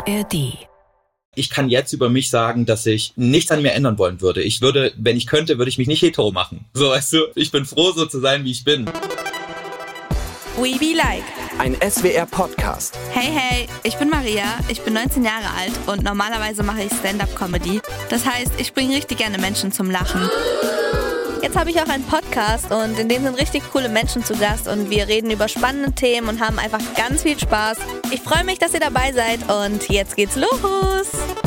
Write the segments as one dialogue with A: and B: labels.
A: ARD.
B: Ich kann jetzt über mich sagen, dass ich nichts an mir ändern wollen würde. Ich würde, wenn ich könnte, würde ich mich nicht hetero machen. So, weißt du, ich bin froh, so zu sein, wie ich bin.
C: We Be Like.
D: Ein SWR-Podcast.
C: Hey, ich bin Maria, ich bin 19 Jahre alt und normalerweise mache ich Stand-Up-Comedy. Das heißt, ich bringe richtig gerne Menschen zum Lachen. Jetzt habe ich auch einen Podcast und in dem sind richtig coole Menschen zu Gast und wir reden über spannende Themen und haben einfach ganz viel Spaß. Ich freue mich, dass ihr dabei seid und jetzt geht's los!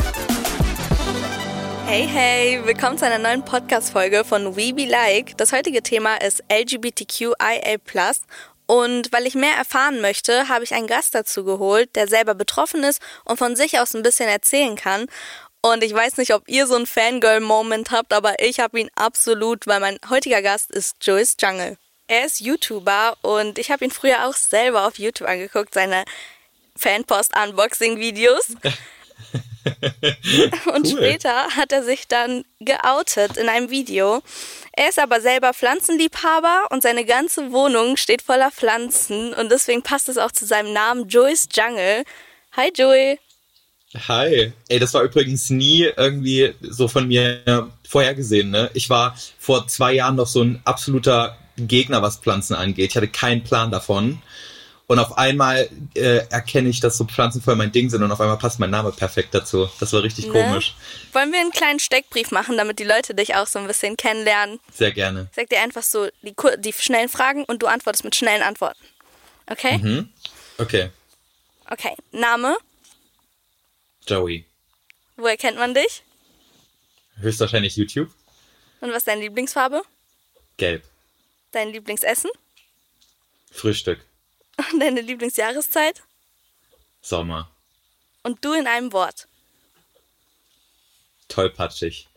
C: Hey, willkommen zu einer neuen Podcast-Folge von We Be Like. Das heutige Thema ist LGBTQIA+. Und weil ich mehr erfahren möchte, habe ich einen Gast dazu geholt, der selber betroffen ist und von sich aus ein bisschen erzählen kann. Und ich weiß nicht, ob ihr so einen Fangirl-Moment habt, aber ich habe ihn absolut, weil mein heutiger Gast ist Joyce Jungle. Er ist YouTuber und ich habe ihn früher auch selber auf YouTube angeguckt, seine Fanpost-Unboxing-Videos. Und cool. Später hat er sich dann geoutet in einem Video. Er ist aber selber Pflanzenliebhaber und seine ganze Wohnung steht voller Pflanzen und deswegen passt es auch zu seinem Namen Joyce Jungle. Hi Joey.
B: Hi. Ey, das war übrigens nie irgendwie so von mir vorhergesehen, ne? Ich war vor 2 Jahren noch so ein absoluter Gegner, was Pflanzen angeht. Ich hatte keinen Plan davon. Und auf einmal erkenne ich, dass so Pflanzen voll mein Ding sind und auf einmal passt mein Name perfekt dazu. Das war richtig komisch.
C: Wollen wir einen kleinen Steckbrief machen, damit die Leute dich auch so ein bisschen kennenlernen?
B: Sehr gerne.
C: Ich sag dir einfach so die schnellen Fragen und du antwortest mit schnellen Antworten. Okay?
B: Mhm. Okay.
C: Okay. Name?
B: Joey.
C: Woher kennt man dich?
B: Höchstwahrscheinlich YouTube.
C: Und was ist deine Lieblingsfarbe?
B: Gelb.
C: Dein Lieblingsessen?
B: Frühstück.
C: Und deine Lieblingsjahreszeit?
B: Sommer.
C: Und du in einem Wort?
B: Tollpatschig.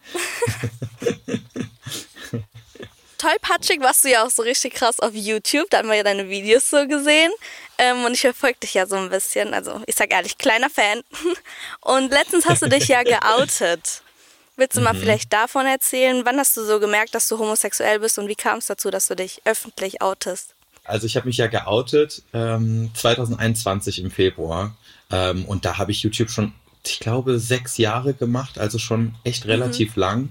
C: Tollpatschig warst du ja auch so richtig krass auf YouTube. Da haben wir ja deine Videos so gesehen. Und ich verfolge dich ja so ein bisschen. Also ich sag ehrlich, kleiner Fan. Und letztens hast du dich ja geoutet. Willst du mal vielleicht davon erzählen? Wann hast du so gemerkt, dass du homosexuell bist und wie kam es dazu, dass du dich öffentlich outest?
B: Also ich habe mich ja geoutet 2021 im Februar. Und da habe ich YouTube schon, ich glaube, 6 Jahre gemacht. Also schon echt relativ lang.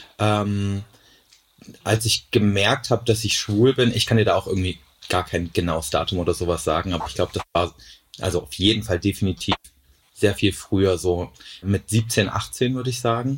B: Als ich gemerkt habe, dass ich schwul bin, ich kann dir da auch irgendwie gar kein genaues Datum oder sowas sagen, aber ich glaube, das war also auf jeden Fall definitiv sehr viel früher, so mit 17, 18 würde ich sagen.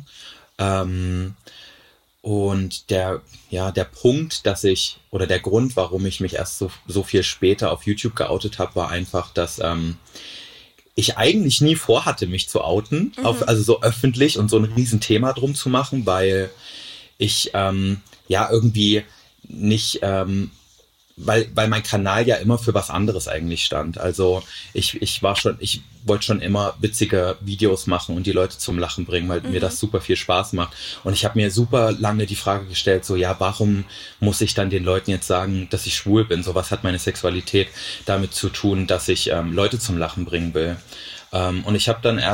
B: Und der Punkt, oder der Grund, warum ich mich erst so viel später auf YouTube geoutet habe, war einfach, dass ich eigentlich nie vorhatte, mich zu outen, also so öffentlich und so ein Riesenthema drum zu machen, weil ich irgendwie nicht, weil mein Kanal ja immer für was anderes eigentlich stand. Also ich wollte schon immer witzige Videos machen und die Leute zum Lachen bringen, weil mir das super viel Spaß macht. Und ich habe mir super lange die Frage gestellt, so warum muss ich dann den Leuten jetzt sagen, dass ich schwul bin? So, was hat meine Sexualität damit zu tun, dass ich Leute zum Lachen bringen will? Und ich habe dann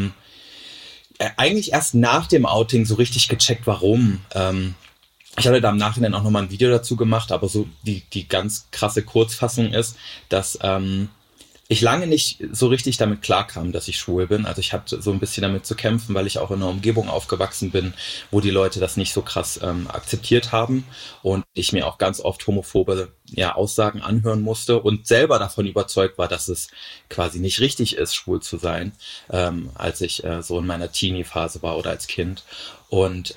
B: eigentlich erst nach dem Outing so richtig gecheckt, warum. Ich hatte da im Nachhinein auch nochmal ein Video dazu gemacht, aber so die ganz krasse Kurzfassung ist, dass ich lange nicht so richtig damit klarkam, dass ich schwul bin. Also ich hatte so ein bisschen damit zu kämpfen, weil ich auch in einer Umgebung aufgewachsen bin, wo die Leute das nicht so krass akzeptiert haben und ich mir auch ganz oft homophobe Aussagen anhören musste und selber davon überzeugt war, dass es quasi nicht richtig ist, schwul zu sein, als ich so in meiner Teenie-Phase war oder als Kind. Und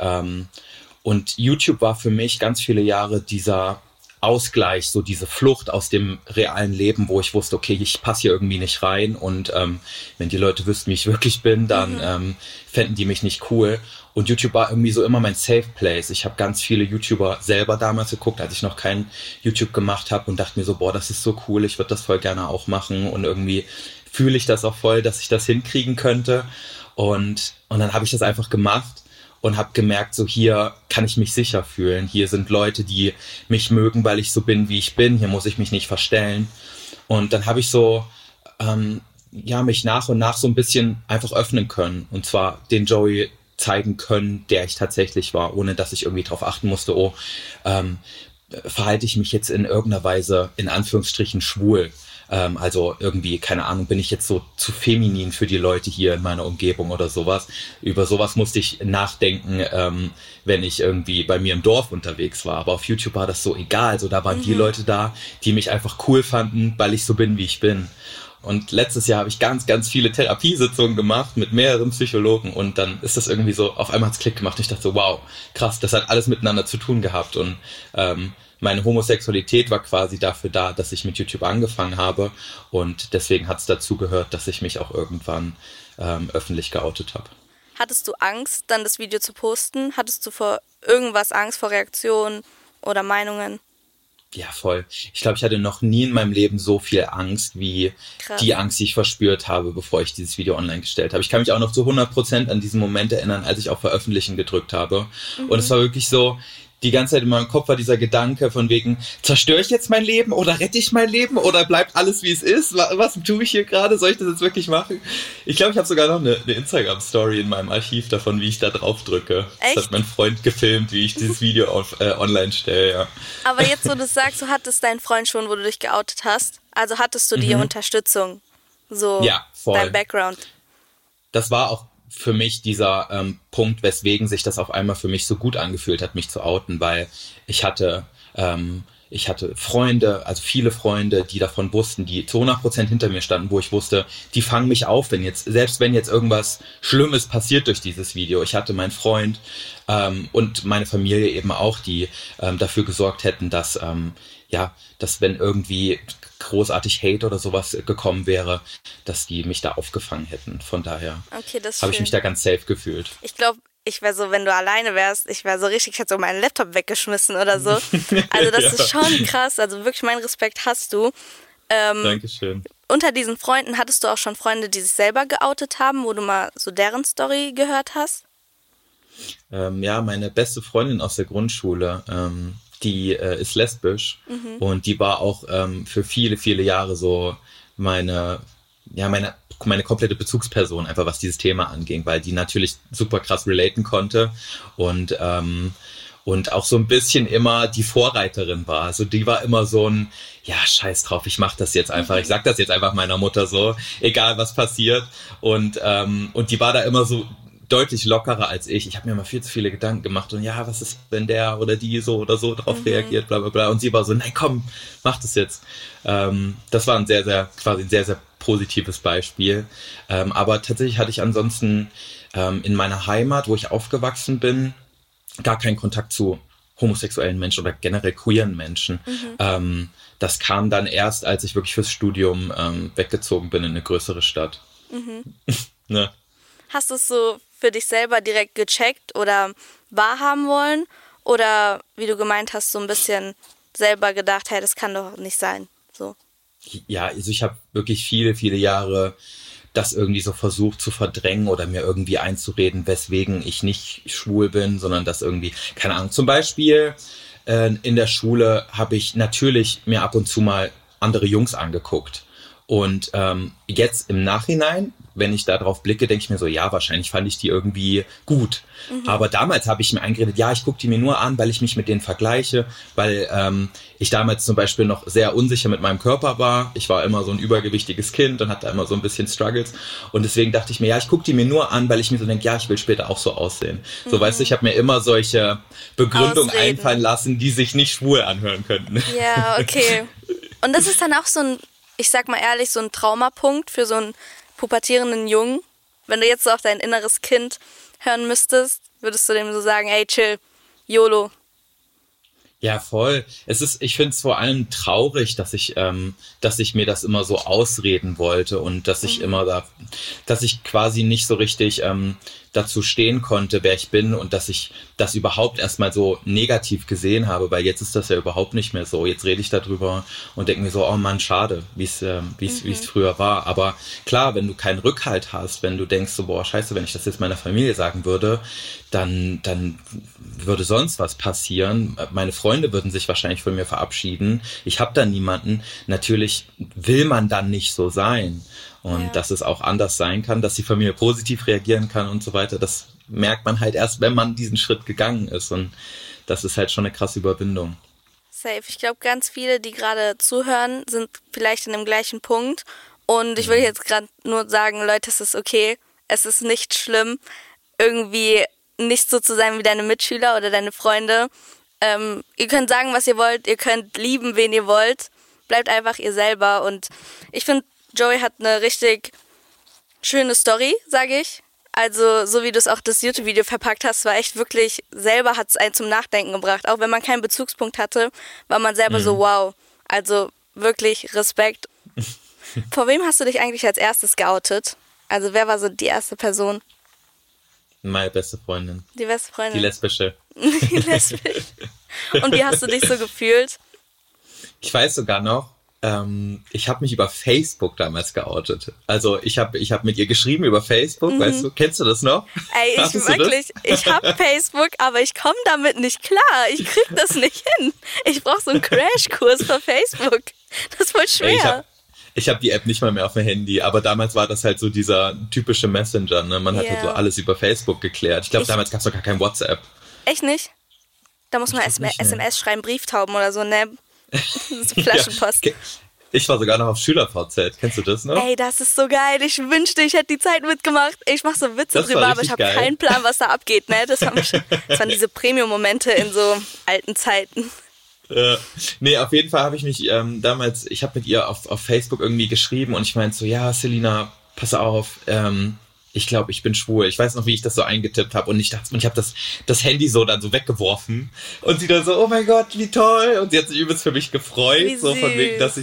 B: YouTube war für mich ganz viele Jahre dieser Ausgleich, so diese Flucht aus dem realen Leben, wo ich wusste, okay, ich passe hier irgendwie nicht rein und wenn die Leute wüssten, wie ich wirklich bin, dann fänden die mich nicht cool. Und YouTube war irgendwie so immer mein Safe Place. Ich habe ganz viele YouTuber selber damals geguckt, als ich noch kein YouTube gemacht habe und dachte mir so, boah, das ist so cool, ich würde das voll gerne auch machen und irgendwie fühle ich das auch voll, dass ich das hinkriegen könnte. Und dann habe ich das einfach gemacht. Und habe gemerkt, so hier kann ich mich sicher fühlen. Hier sind Leute, die mich mögen, weil ich so bin, wie ich bin. Hier muss ich mich nicht verstellen. Und dann habe ich so mich nach und nach so ein bisschen einfach öffnen können. Und zwar den Joey zeigen können, der ich tatsächlich war, ohne dass ich irgendwie drauf achten musste, verhalte ich mich jetzt in irgendeiner Weise in Anführungsstrichen schwul. Also irgendwie, keine Ahnung, bin ich jetzt so zu feminin für die Leute hier in meiner Umgebung oder sowas. Über sowas musste ich nachdenken, wenn ich irgendwie bei mir im Dorf unterwegs war. Aber auf YouTube war das so egal. So, da waren die Leute da, die mich einfach cool fanden, weil ich so bin, wie ich bin. Und letztes Jahr habe ich ganz, ganz viele Therapiesitzungen gemacht mit mehreren Psychologen und dann ist das irgendwie so, auf einmal hat's Klick gemacht. Ich dachte so, wow, krass, das hat alles miteinander zu tun gehabt und meine Homosexualität war quasi dafür da, dass ich mit YouTube angefangen habe und deswegen hat's dazu gehört, dass ich mich auch irgendwann öffentlich geoutet habe.
C: Hattest du Angst, dann das Video zu posten? Hattest du vor irgendwas Angst, vor Reaktionen oder Meinungen?
B: Ja, voll. Ich glaube, ich hatte noch nie in meinem Leben so viel Angst, wie die Angst, die ich verspürt habe, bevor ich dieses Video online gestellt habe. Ich kann mich auch noch zu 100% an diesen Moment erinnern, als ich auf Veröffentlichen gedrückt habe. Und es war wirklich so, die ganze Zeit in meinem Kopf war dieser Gedanke von wegen, zerstöre ich jetzt mein Leben oder rette ich mein Leben oder bleibt alles, wie es ist? Was tue ich hier gerade? Soll ich das jetzt wirklich machen? Ich glaube, ich habe sogar noch eine Instagram-Story in meinem Archiv davon, wie ich da drauf drücke.
C: Echt?
B: Das hat mein Freund gefilmt, wie ich dieses Video online stelle, ja.
C: Aber jetzt, wo du es sagst, du hattest deinen Freund schon, wo du dich geoutet hast. Also hattest du die Unterstützung, so
B: ja, voll.
C: Dein Background.
B: Das war auch für mich dieser Punkt, weswegen sich das auf einmal für mich so gut angefühlt hat, mich zu outen, weil ich hatte Freunde, also viele Freunde, die davon wussten, die zu 100% hinter mir standen, wo ich wusste, die fangen mich auf, selbst wenn jetzt irgendwas Schlimmes passiert durch dieses Video. Ich hatte meinen Freund und meine Familie eben auch, die dafür gesorgt hätten, dass wenn irgendwie großartig Hate oder sowas gekommen wäre, dass die mich da aufgefangen hätten. Von daher habe ich mich da ganz safe gefühlt.
C: Ich glaube, ich wäre so, wenn du alleine wärst, ich wäre so richtig, ich hätte so meinen Laptop weggeschmissen oder so. Also das ist schon krass, also wirklich meinen Respekt hast du.
B: Dankeschön.
C: Unter diesen Freunden hattest du auch schon Freunde, die sich selber geoutet haben, wo du mal so deren Story gehört hast?
B: Meine beste Freundin aus der Grundschule, die ist lesbisch und die war auch für viele, viele Jahre so meine komplette Bezugsperson, einfach was dieses Thema anging, weil die natürlich super krass relaten konnte und auch so ein bisschen immer die Vorreiterin war. Also die war immer so ein, ja, scheiß drauf, ich mach das jetzt einfach, ich sag das jetzt einfach meiner Mutter so, egal was passiert. Und die war da immer so deutlich lockerer als ich. Ich habe mir immer viel zu viele Gedanken gemacht und ja, was ist, wenn der oder die so oder so drauf reagiert, bla bla bla. Und sie war so, nein, komm, mach das jetzt. Das war ein sehr, sehr positives Beispiel. Aber tatsächlich hatte ich ansonsten in meiner Heimat, wo ich aufgewachsen bin, gar keinen Kontakt zu homosexuellen Menschen oder generell queeren Menschen. Das kam dann erst, als ich wirklich fürs Studium weggezogen bin in eine größere Stadt. Ne?
C: Hast du es so für dich selber direkt gecheckt oder wahrhaben wollen? Oder wie du gemeint hast, so ein bisschen selber gedacht, hey, das kann doch nicht sein. So.
B: Ja, also ich habe wirklich viele, viele Jahre das irgendwie so versucht zu verdrängen oder mir irgendwie einzureden, weswegen ich nicht schwul bin, sondern das irgendwie, keine Ahnung, zum Beispiel in der Schule habe ich natürlich mir ab und zu mal andere Jungs angeguckt. Und jetzt im Nachhinein, wenn ich da drauf blicke, denke ich mir so, ja, wahrscheinlich fand ich die irgendwie gut. Aber damals habe ich mir eingeredet, ja, ich gucke die mir nur an, weil ich mich mit denen vergleiche, weil ich damals zum Beispiel noch sehr unsicher mit meinem Körper war. Ich war immer so ein übergewichtiges Kind und hatte immer so ein bisschen Struggles. Und deswegen dachte ich mir, ja, ich gucke die mir nur an, weil ich mir so denke, ja, ich will später auch so aussehen. So, weißt du, ich habe mir immer solche Begründungen einfallen lassen, die sich nicht schwul anhören könnten.
C: Ja, okay. Und das ist dann auch so ein, ich sag mal ehrlich, so ein Traumapunkt für so einen pubertierenden Jungen. Wenn du jetzt so auf dein inneres Kind hören müsstest, würdest du dem so sagen, ey, chill, YOLO.
B: Ja, voll. Ich finde es vor allem traurig, dass ich mir das immer so ausreden wollte und dass ich dass ich quasi nicht so richtig dazu stehen konnte, wer ich bin und dass ich das überhaupt erstmal so negativ gesehen habe, weil jetzt ist das ja überhaupt nicht mehr so. Jetzt rede ich darüber und denke mir so, oh Mann, schade, wie es früher war. Aber klar, wenn du keinen Rückhalt hast, wenn du denkst so, boah, scheiße, wenn ich das jetzt meiner Familie sagen würde, dann würde sonst was passieren. Meine Freunde würden sich wahrscheinlich von mir verabschieden. Ich habe da niemanden. Natürlich will man dann nicht so sein. Und dass es auch anders sein kann, dass die Familie positiv reagieren kann und so weiter. Das merkt man halt erst, wenn man diesen Schritt gegangen ist. Und das ist halt schon eine krasse Überwindung.
C: Safe. Ich glaube, ganz viele, die gerade zuhören, sind vielleicht in dem gleichen Punkt. Und ich will jetzt gerade nur sagen, Leute, es ist okay. Es ist nicht schlimm, irgendwie nicht so zu sein wie deine Mitschüler oder deine Freunde. Ihr könnt sagen, was ihr wollt. Ihr könnt lieben, wen ihr wollt. Bleibt einfach ihr selber. Und ich finde, Joey hat eine richtig schöne Story, sage ich. Also, so wie du es auch das YouTube-Video verpackt hast, war echt wirklich, selber hat es einen zum Nachdenken gebracht. Auch wenn man keinen Bezugspunkt hatte, war man selber so, wow. Also, wirklich Respekt. Vor wem hast du dich eigentlich als erstes geoutet? Also, wer war so die erste Person?
B: Meine beste Freundin.
C: Die beste Freundin?
B: Die lesbische.
C: Die lesbische. Und wie hast du dich so gefühlt?
B: Ich weiß sogar noch, ich habe mich über Facebook damals geoutet. Also ich hab mit ihr geschrieben über Facebook, weißt du, kennst du das noch?
C: Ey, ich habe Facebook, aber ich komme damit nicht klar. Ich krieg das nicht hin. Ich brauche so einen Crashkurs für Facebook. Das ist voll schwer.
B: Ich hab die App nicht mal mehr auf dem Handy, aber damals war das halt so dieser typische Messenger, ne? Man hat halt so alles über Facebook geklärt. Ich glaube, damals gab es noch gar kein WhatsApp.
C: Echt nicht? Da muss man SMS schreiben, Brieftauben oder so, ne? So Flaschenpost.
B: Ja, ich war sogar noch auf SchülerVZ. Kennst du das noch?
C: Ey, das ist so geil. Ich wünschte, ich hätte die Zeit mitgemacht. Ich mache so Witze drüber, aber ich habe keinen Plan, was da abgeht. Ne? Das waren diese Premium-Momente in so alten Zeiten.
B: Nee, auf jeden Fall habe ich mich damals, ich habe mit ihr auf Facebook irgendwie geschrieben und ich meinte so, ja, Selina, pass auf, ich glaube, ich bin schwul. Ich weiß noch, wie ich das so eingetippt habe und ich habe das Handy so dann so weggeworfen und sie dann so, oh mein Gott, wie toll, und sie hat sich übelst für mich gefreut, so von wegen, dass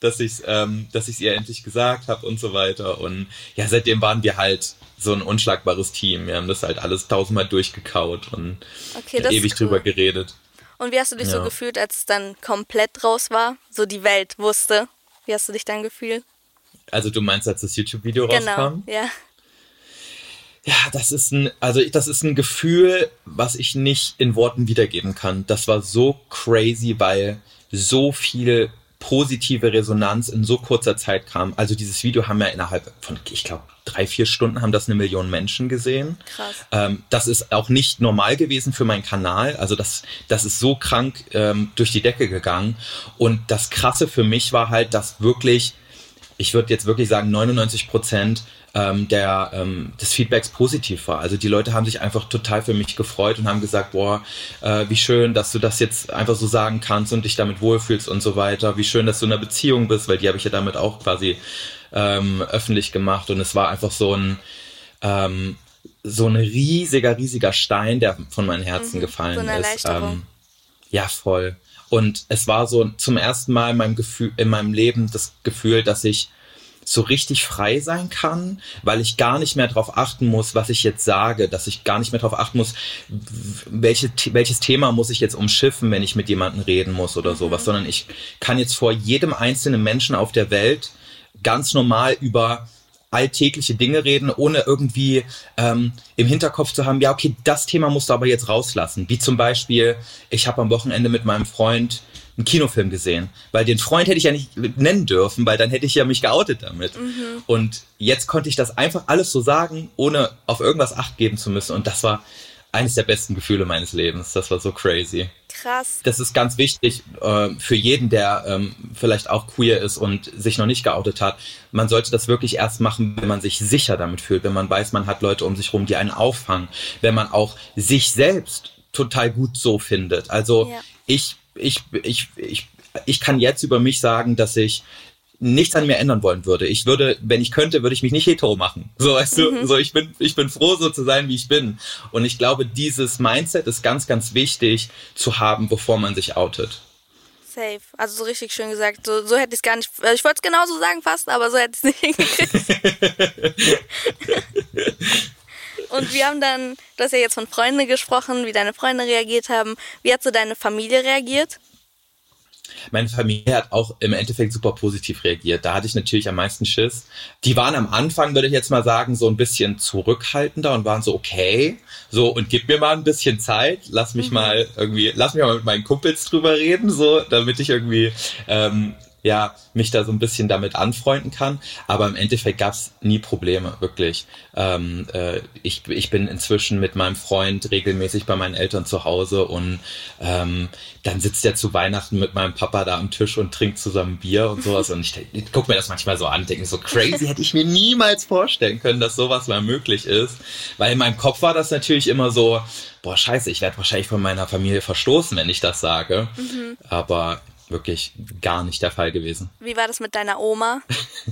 B: ich's ihr endlich gesagt habe und so weiter. Und ja, seitdem waren wir halt so ein unschlagbares Team. Wir haben das halt alles 1000-mal durchgekaut und ewig drüber geredet.
C: Und wie hast du dich so gefühlt, als es dann komplett raus war? So die Welt wusste. Wie hast du dich dann gefühlt?
B: Also du meinst, als das YouTube-Video rauskam?
C: Genau, ja.
B: Ja, das ist ein Gefühl, was ich nicht in Worten wiedergeben kann. Das war so crazy, weil so viel positive Resonanz in so kurzer Zeit kam. Also dieses Video haben ja innerhalb von, ich glaube, 3-4 Stunden haben das 1 Million Menschen gesehen.
C: Krass.
B: Das ist auch nicht normal gewesen für meinen Kanal. Also das ist so krank durch die Decke gegangen. Und das Krasse für mich war halt, dass wirklich, ich würde jetzt wirklich sagen, 99% des Feedbacks positiv war. Also die Leute haben sich einfach total für mich gefreut und haben gesagt, boah, wie schön, dass du das jetzt einfach so sagen kannst und dich damit wohlfühlst und so weiter. Wie schön, dass du in einer Beziehung bist, weil die habe ich ja damit auch quasi öffentlich gemacht. Und es war einfach so ein riesiger Stein, der von meinem Herzen gefallen
C: so eine
B: ist.
C: Erleichterung.
B: Voll. Und es war so zum ersten Mal in meinem Leben das Gefühl, dass ich so richtig frei sein kann, weil ich gar nicht mehr darauf achten muss, was ich jetzt sage, dass ich gar nicht mehr darauf achten muss, welches Thema muss ich jetzt umschiffen, wenn ich mit jemandem reden muss oder sowas, sondern ich kann jetzt vor jedem einzelnen Menschen auf der Welt ganz normal über alltägliche Dinge reden, ohne irgendwie im Hinterkopf zu haben, ja okay, das Thema musst du aber jetzt rauslassen. Wie zum Beispiel, ich habe am Wochenende mit meinem Freund einen Kinofilm gesehen, weil den Freund hätte ich ja nicht nennen dürfen, weil dann hätte ich ja mich geoutet damit. Und jetzt konnte ich das einfach alles so sagen, ohne auf irgendwas Acht geben zu müssen, und das war eines der besten Gefühle meines Lebens. Das war so crazy.
C: Krass.
B: Das ist ganz wichtig für jeden, der vielleicht auch queer ist und sich noch nicht geoutet hat. Man sollte das wirklich erst machen, wenn man sich sicher damit fühlt, wenn man weiß, man hat Leute um sich rum, die einen auffangen, wenn man auch sich selbst total gut so findet. Also ich kann jetzt über mich sagen, dass ich nichts an mir ändern wollen würde. Ich würde, wenn ich könnte, würde ich mich nicht hetero machen. So, weißt du, so ich bin froh, so zu sein, wie ich bin. Und ich glaube, dieses Mindset ist ganz, ganz wichtig zu haben, bevor man sich outet.
C: Safe. Also so richtig schön gesagt. So hätte ich es gar nicht, ich wollte es genauso sagen fast, aber so hätte ich es nicht hingekriegt. Und wir haben dann, du hast ja jetzt von Freunden gesprochen, wie deine Freunde reagiert haben. Wie hat so deine Familie reagiert?
B: Meine Familie hat auch im Endeffekt super positiv reagiert. Da hatte ich natürlich am meisten Schiss. Die waren am Anfang, würde ich jetzt mal sagen, so ein bisschen zurückhaltender und waren so, okay, so, und gib mir mal ein bisschen Zeit, lass mich mal mit meinen Kumpels drüber reden, so, damit ich irgendwie ja, mich da so ein bisschen damit anfreunden kann. Aber im Endeffekt gab es nie Probleme, wirklich. Ich bin inzwischen mit meinem Freund regelmäßig bei meinen Eltern zu Hause und dann sitzt er zu Weihnachten mit meinem Papa da am Tisch und trinkt zusammen Bier und sowas. Und ich gucke mir das manchmal so an, denke so crazy, hätte ich mir niemals vorstellen können, dass sowas mal möglich ist. Weil in meinem Kopf war das natürlich immer so, boah, scheiße, ich werde wahrscheinlich von meiner Familie verstoßen, wenn ich das sage. Aber wirklich gar nicht der Fall gewesen.
C: Wie war das mit deiner Oma?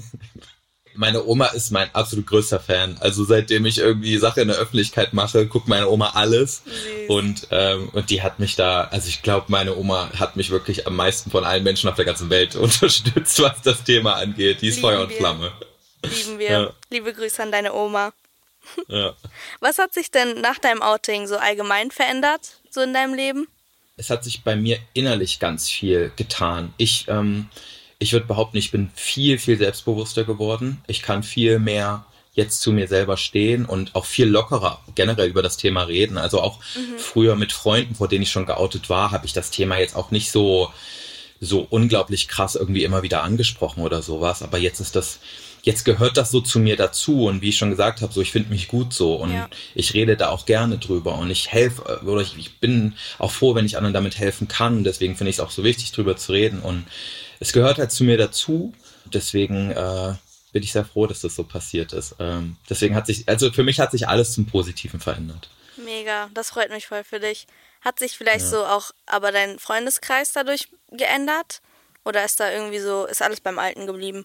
B: Meine Oma ist mein absolut größter Fan. Also seitdem ich irgendwie Sache in der Öffentlichkeit mache, guckt meine Oma alles. Und die hat mich da, also ich glaube, meine Oma hat mich wirklich am meisten von allen Menschen auf der ganzen Welt unterstützt, was das Thema angeht. Die ist Feuer und Flamme.
C: Lieben wir.
B: Ja.
C: Liebe Grüße an deine Oma.
B: Ja.
C: Was hat sich denn nach deinem Outing so allgemein verändert, so in deinem Leben?
B: Es hat sich bei mir innerlich ganz viel getan. Ich würde behaupten, ich bin viel, viel selbstbewusster geworden. Ich kann viel mehr jetzt zu mir selber stehen und auch viel lockerer generell über das Thema reden. Also auch früher mit Freunden, vor denen ich schon geoutet war, habe ich das Thema jetzt auch nicht so unglaublich krass irgendwie immer wieder angesprochen oder sowas. Aber jetzt gehört das so zu mir dazu und wie ich schon gesagt habe, so ich finde mich gut so und ich rede da auch gerne drüber und ich helfe oder ich bin auch froh, wenn ich anderen damit helfen kann und deswegen finde ich es auch so wichtig, drüber zu reden und es gehört halt zu mir dazu, deswegen bin ich sehr froh, dass das so passiert ist. Deswegen für mich hat sich alles zum Positiven verändert.
C: Mega, das freut mich voll für dich. Hat sich vielleicht so auch aber dein Freundeskreis dadurch geändert oder ist da irgendwie so, ist alles beim Alten geblieben?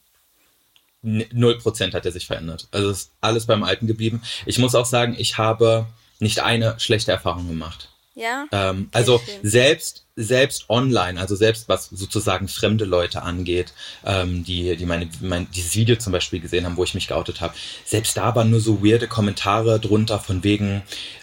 B: 0% hat er sich verändert. Also es ist alles beim Alten geblieben. Ich muss auch sagen, ich habe nicht eine schlechte Erfahrung gemacht.
C: Ja?
B: Also selbst online, also selbst was sozusagen fremde Leute angeht, die dieses Video zum Beispiel gesehen haben, wo ich mich geoutet habe, selbst da waren nur so weirde Kommentare drunter von wegen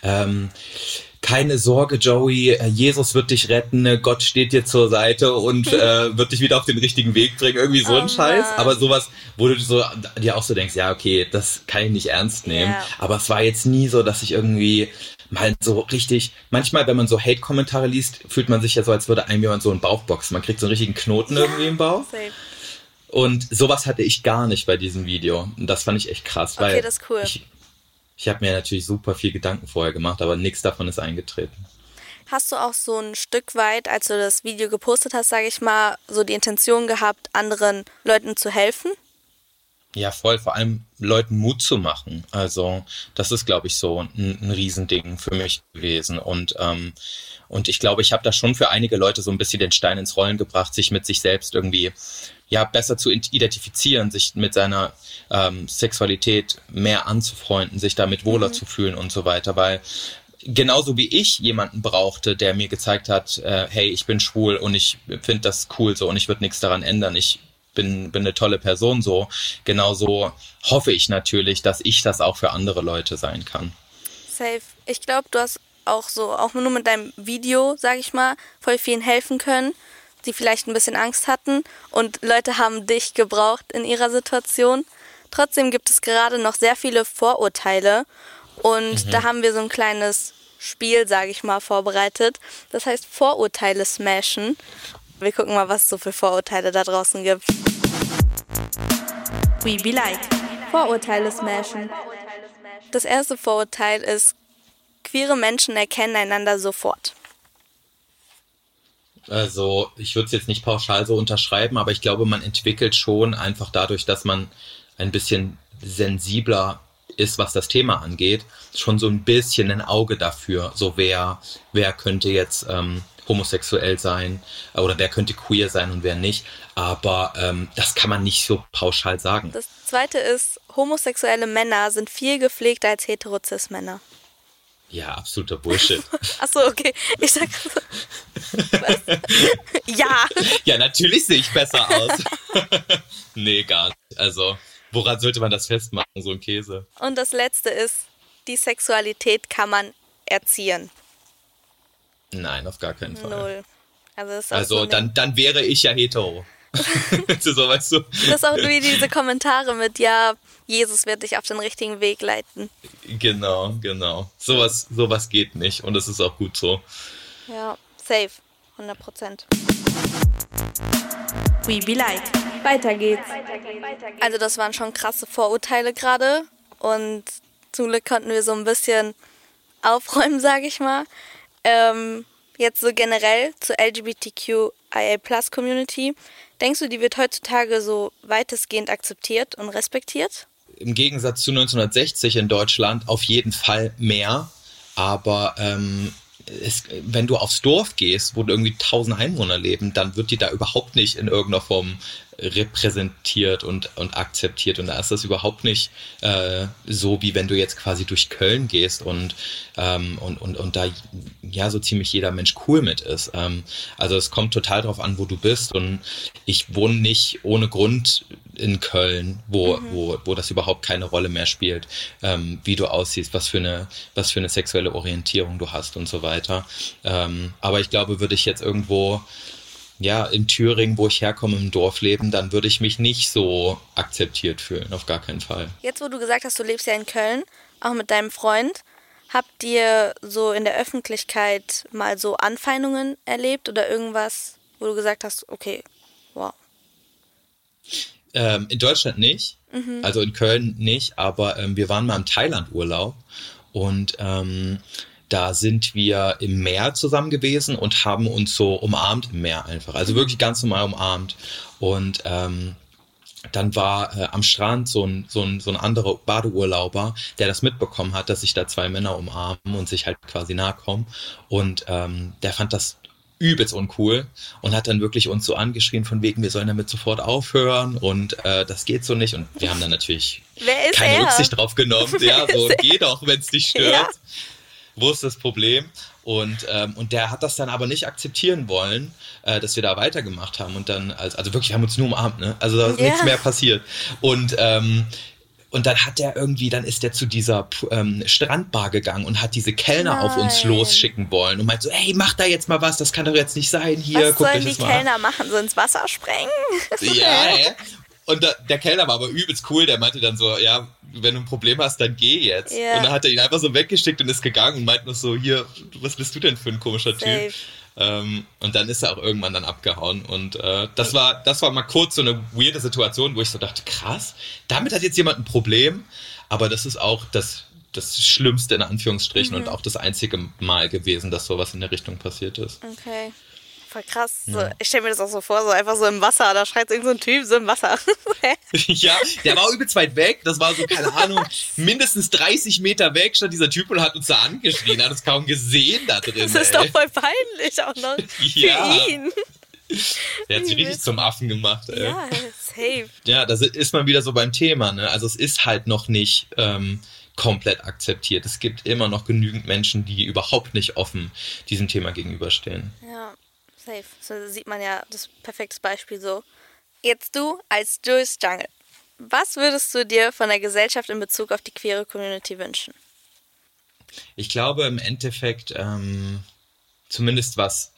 B: keine Sorge, Joey, Jesus wird dich retten, Gott steht dir zur Seite und wird dich wieder auf den richtigen Weg bringen. Irgendwie so ein Scheiß. Aber sowas, wo du so dir auch so denkst, ja, okay, das kann ich nicht ernst nehmen. Yeah. Aber es war jetzt nie so, dass ich irgendwie mal so richtig, manchmal, wenn man so Hate-Kommentare liest, fühlt man sich ja so, als würde einem jemand so einen Bauch boxen. Man kriegt so einen richtigen Knoten irgendwie im Bauch. Safe. Und sowas hatte ich gar nicht bei diesem Video. Und das fand ich echt krass.
C: Okay,
B: weil
C: das ist cool.
B: Ich habe mir natürlich super viel Gedanken vorher gemacht, aber nichts davon ist eingetreten.
C: Hast du auch so ein Stück weit, als du das Video gepostet hast, sage ich mal, so die Intention gehabt, anderen Leuten zu helfen?
B: Ja, voll. Vor allem Leuten Mut zu machen. Also das ist, glaube ich, so ein Riesending für mich gewesen. Und ich glaube, ich habe da schon für einige Leute so ein bisschen den Stein ins Rollen gebracht, sich mit sich selbst irgendwie besser zu identifizieren, sich mit seiner Sexualität mehr anzufreunden, sich damit wohler zu fühlen und so weiter. Weil genauso wie ich jemanden brauchte, der mir gezeigt hat, hey, ich bin schwul und ich finde das cool so und ich würde nichts daran ändern. Ich bin eine tolle Person so. Genauso hoffe ich natürlich, dass ich das auch für andere Leute sein kann.
C: Safe. Ich glaube, du hast auch nur mit deinem Video, sag ich mal, voll vielen helfen können, die vielleicht ein bisschen Angst hatten und Leute haben dich gebraucht in ihrer Situation. Trotzdem gibt es gerade noch sehr viele Vorurteile und da haben wir so ein kleines Spiel, sage ich mal, vorbereitet. Das heißt Vorurteile smashen. Wir gucken mal, was es so für Vorurteile da draußen gibt. We be like. Vorurteile smashen. Das erste Vorurteil ist, queere Menschen erkennen einander sofort.
B: Also ich würde es jetzt nicht pauschal so unterschreiben, aber ich glaube, man entwickelt schon einfach dadurch, dass man ein bisschen sensibler ist, was das Thema angeht, schon so ein bisschen ein Auge dafür, so wer könnte jetzt homosexuell sein oder wer könnte queer sein und wer nicht, aber das kann man nicht so pauschal sagen.
C: Das zweite ist, homosexuelle Männer sind viel gepflegter als hetero-cis-Männer.
B: Ja, absoluter Bullshit.
C: Achso, okay. Ich sag was? Ja.
B: Ja, natürlich sehe ich besser aus. Nee, gar nicht. Also, woran sollte man das festmachen, so ein Käse?
C: Und das letzte ist, die Sexualität kann man erziehen.
B: Nein, auf gar keinen Fall.
C: Null.
B: Also dann wäre ich ja hetero. So, weißt du?
C: Das ist auch wie diese Kommentare mit, ja, Jesus wird dich auf den richtigen Weg leiten.
B: Genau. Sowas geht nicht und das ist auch gut so.
C: Ja, safe. 100%. We be like. Weiter geht's. Also das waren schon krasse Vorurteile gerade und zum Glück konnten wir so ein bisschen aufräumen, sage ich mal. Jetzt so generell zur LGBTQIA+-Community. Denkst du, die wird heutzutage so weitestgehend akzeptiert und respektiert?
B: Im Gegensatz zu 1960 in Deutschland auf jeden Fall mehr, aber wenn du aufs Dorf gehst, wo irgendwie 1000 Einwohner leben, dann wird die da überhaupt nicht in irgendeiner Form repräsentiert und akzeptiert. Und da ist das überhaupt nicht so, wie wenn du jetzt quasi durch Köln gehst und da ja so ziemlich jeder Mensch cool mit ist. Also es kommt total drauf an, wo du bist. Und ich wohne nicht ohne Grund in Köln, wo das überhaupt keine Rolle mehr spielt, wie du aussiehst, was für eine sexuelle Orientierung du hast und so weiter. Aber ich glaube, würde ich jetzt irgendwo in Thüringen, wo ich herkomme, im Dorf leben, dann würde ich mich nicht so akzeptiert fühlen, auf gar keinen Fall.
C: Jetzt, wo du gesagt hast, du lebst ja in Köln, auch mit deinem Freund, habt ihr so in der Öffentlichkeit mal so Anfeindungen erlebt oder irgendwas, wo du gesagt hast, okay, wow.
B: In Deutschland nicht, also in Köln nicht, aber wir waren mal im Thailand-Urlaub und da sind wir im Meer zusammen gewesen und haben uns so umarmt im Meer einfach. Also wirklich ganz normal umarmt. Und dann war am Strand so ein anderer Badeurlauber, der das mitbekommen hat, dass sich da zwei Männer umarmen und sich halt quasi nahe kommen. Und der fand das übelst uncool und hat dann wirklich uns so angeschrien von wegen, wir sollen damit sofort aufhören und das geht so nicht. Und wir haben dann natürlich keine Rücksicht drauf genommen. Ja, so geh doch, wenn es dich stört. Ja. Wo ist das Problem? Und der hat das dann aber nicht akzeptieren wollen, dass wir da weitergemacht haben. Und dann, also wirklich, wir haben uns nur umarmt, ne? Also da ist nichts mehr passiert. Und dann ist der zu dieser Strandbar gegangen und hat diese Kellner auf uns losschicken wollen und meint so, ey, mach da jetzt mal was, das kann doch jetzt nicht sein. Hier,
C: guckt euch das mal an. Was sollen die Kellner machen? So ins Wasser sprengen?
B: Ja. Und der Kellner war aber übelst cool, der meinte dann so, ja, wenn du ein Problem hast, dann geh jetzt. Ja. Und dann hat er ihn einfach so weggeschickt und ist gegangen und meint nur so, hier, was bist du denn für ein komischer Typ? Und dann ist er auch irgendwann dann abgehauen. Und das war mal kurz so eine weirde Situation, wo ich so dachte, krass, damit hat jetzt jemand ein Problem, aber das ist auch das Schlimmste in Anführungsstrichen und auch das einzige Mal gewesen, dass sowas in der Richtung passiert ist.
C: Okay. Voll krass. So, ich stelle mir das auch so vor, so einfach so im Wasser, da schreit irgend so ein Typ so im Wasser.
B: Ja, der war übelst weit weg, das war so, keine Ahnung, mindestens 30 Meter weg stand dieser Typ und hat uns da angeschrien, hat uns kaum gesehen da drin.
C: Das ist doch voll peinlich auch noch für ihn.
B: Der hat sich richtig zum Affen gemacht, ey.
C: Ja, safe.
B: Ja, da ist man wieder so beim Thema, ne? Also es ist halt noch nicht komplett akzeptiert. Es gibt immer noch genügend Menschen, die überhaupt nicht offen diesem Thema gegenüberstehen.
C: Ja. Safe. So sieht man ja das perfekte Beispiel so. Jetzt du als Jules Jungle. Was würdest du dir von der Gesellschaft in Bezug auf die queere Community wünschen?
B: Ich glaube im Endeffekt, zumindest was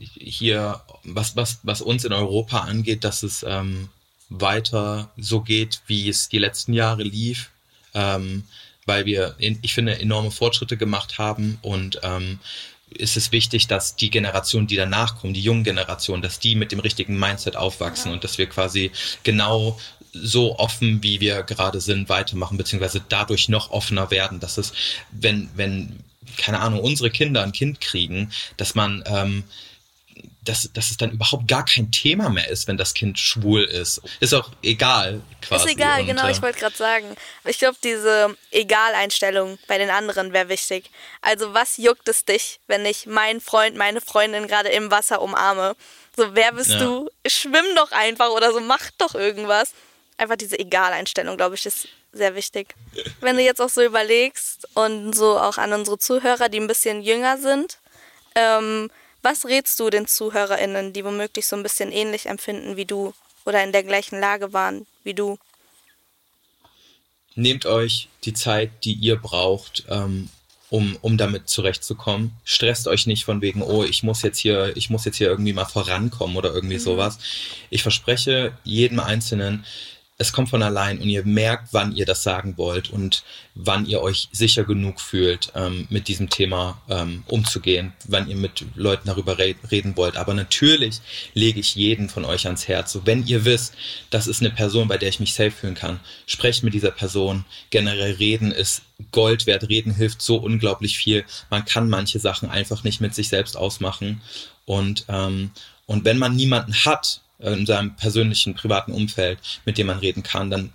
B: uns in Europa angeht, dass es weiter so geht, wie es die letzten Jahre lief, weil wir, ich finde, enorme Fortschritte gemacht haben und ist es wichtig, dass die Generation, die danach kommen, die jungen Generationen, dass die mit dem richtigen Mindset aufwachsen und dass wir quasi genau so offen, wie wir gerade sind, weitermachen, beziehungsweise dadurch noch offener werden, dass es, wenn keine Ahnung, unsere Kinder ein Kind kriegen, dass man dass es dann überhaupt gar kein Thema mehr ist, wenn das Kind schwul ist. Ist auch egal, quasi.
C: Ist egal, genau, ich wollte gerade sagen. Ich glaube, diese Egal-Einstellung bei den anderen wäre wichtig. Also was juckt es dich, wenn ich meinen Freund, meine Freundin gerade im Wasser umarme? So, wer bist du? Schwimm doch einfach oder so, mach doch irgendwas. Einfach diese Egal-Einstellung, glaube ich, ist sehr wichtig. Wenn du jetzt auch so überlegst und so auch an unsere Zuhörer, die ein bisschen jünger sind, was rätst du den ZuhörerInnen, die womöglich so ein bisschen ähnlich empfinden wie du oder in der gleichen Lage waren wie du?
B: Nehmt euch die Zeit, die ihr braucht, um damit zurechtzukommen. Stresst euch nicht von wegen, oh, ich muss jetzt hier irgendwie mal vorankommen oder irgendwie sowas. Ich verspreche jedem Einzelnen, es kommt von allein und ihr merkt, wann ihr das sagen wollt und wann ihr euch sicher genug fühlt, mit diesem Thema umzugehen, wann ihr mit Leuten darüber reden wollt. Aber natürlich lege ich jeden von euch ans Herz. So, wenn ihr wisst, das ist eine Person, bei der ich mich safe fühlen kann, sprecht mit dieser Person. Generell reden ist Gold wert. Reden hilft so unglaublich viel. Man kann manche Sachen einfach nicht mit sich selbst ausmachen. Und wenn man niemanden hat, in seinem persönlichen, privaten Umfeld, mit dem man reden kann,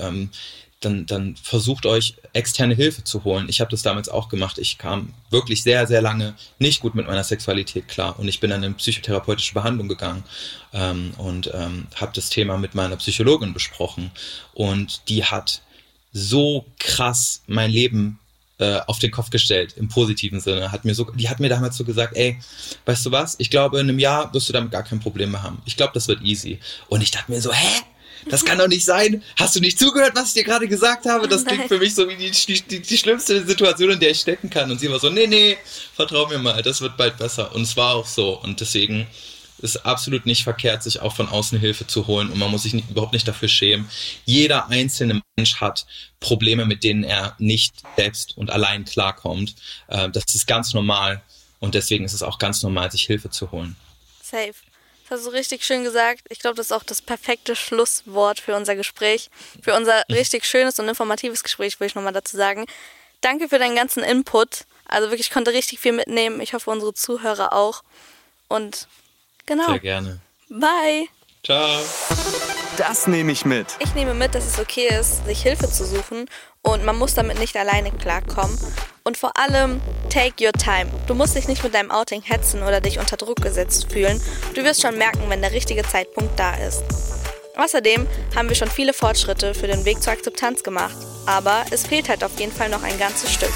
B: dann versucht euch externe Hilfe zu holen. Ich habe das damals auch gemacht. Ich kam wirklich sehr, sehr lange nicht gut mit meiner Sexualität klar und ich bin dann in psychotherapeutische Behandlung gegangen und habe das Thema mit meiner Psychologin besprochen und die hat so krass mein Leben auf den Kopf gestellt, im positiven Sinne. Die hat mir damals so gesagt, ey, weißt du was, ich glaube, in einem Jahr wirst du damit gar kein Problem mehr haben. Ich glaube, das wird easy. Und ich dachte mir so, das kann doch nicht sein. Hast du nicht zugehört, was ich dir gerade gesagt habe? Das klingt für mich so wie die schlimmste Situation, in der ich stecken kann. Und sie war so, nee, vertrau mir mal, das wird bald besser. Und es war auch so. Und deswegen ist absolut nicht verkehrt, sich auch von außen Hilfe zu holen und man muss sich überhaupt nicht dafür schämen. Jeder einzelne Mensch hat Probleme, mit denen er nicht selbst und allein klarkommt. Das ist ganz normal und deswegen ist es auch ganz normal, sich Hilfe zu holen.
C: Safe. Das hast du richtig schön gesagt. Ich glaube, das ist auch das perfekte Schlusswort für unser Gespräch. Für unser richtig schönes und informatives Gespräch, will ich nochmal dazu sagen. Danke für deinen ganzen Input. Also wirklich, ich konnte richtig viel mitnehmen. Ich hoffe, unsere Zuhörer auch. Und genau.
B: Sehr gerne.
C: Bye.
B: Ciao.
D: Das nehme ich mit.
C: Ich nehme mit, dass es okay ist, sich Hilfe zu suchen und man muss damit nicht alleine klarkommen. Und vor allem, take your time. Du musst dich nicht mit deinem Outing hetzen oder dich unter Druck gesetzt fühlen. Du wirst schon merken, wenn der richtige Zeitpunkt da ist. Außerdem haben wir schon viele Fortschritte für den Weg zur Akzeptanz gemacht. Aber es fehlt halt auf jeden Fall noch ein ganzes Stück.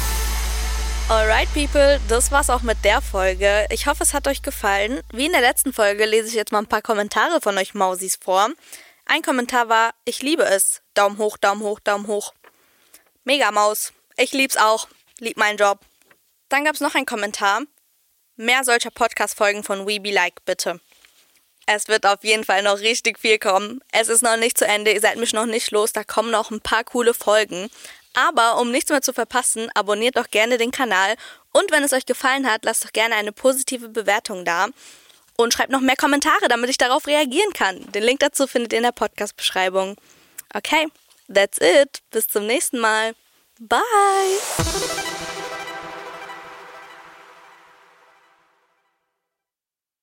C: Alright people, das war's auch mit der Folge. Ich hoffe, es hat euch gefallen. Wie in der letzten Folge lese ich jetzt mal ein paar Kommentare von euch Mausis vor. Ein Kommentar war, ich liebe es. Daumen hoch, Daumen hoch, Daumen hoch. Mega Maus. Ich lieb's auch. Lieb meinen Job. Dann gab's noch einen Kommentar. Mehr solcher Podcast-Folgen von We Be Like, bitte. Es wird auf jeden Fall noch richtig viel kommen. Es ist noch nicht zu Ende, ihr seid mich noch nicht los, da kommen noch ein paar coole Folgen. Aber um nichts mehr zu verpassen, abonniert doch gerne den Kanal. Und wenn es euch gefallen hat, lasst doch gerne eine positive Bewertung da. Und schreibt noch mehr Kommentare, damit ich darauf reagieren kann. Den Link dazu findet ihr in der Podcast-Beschreibung. Okay, that's it. Bis zum nächsten Mal. Bye.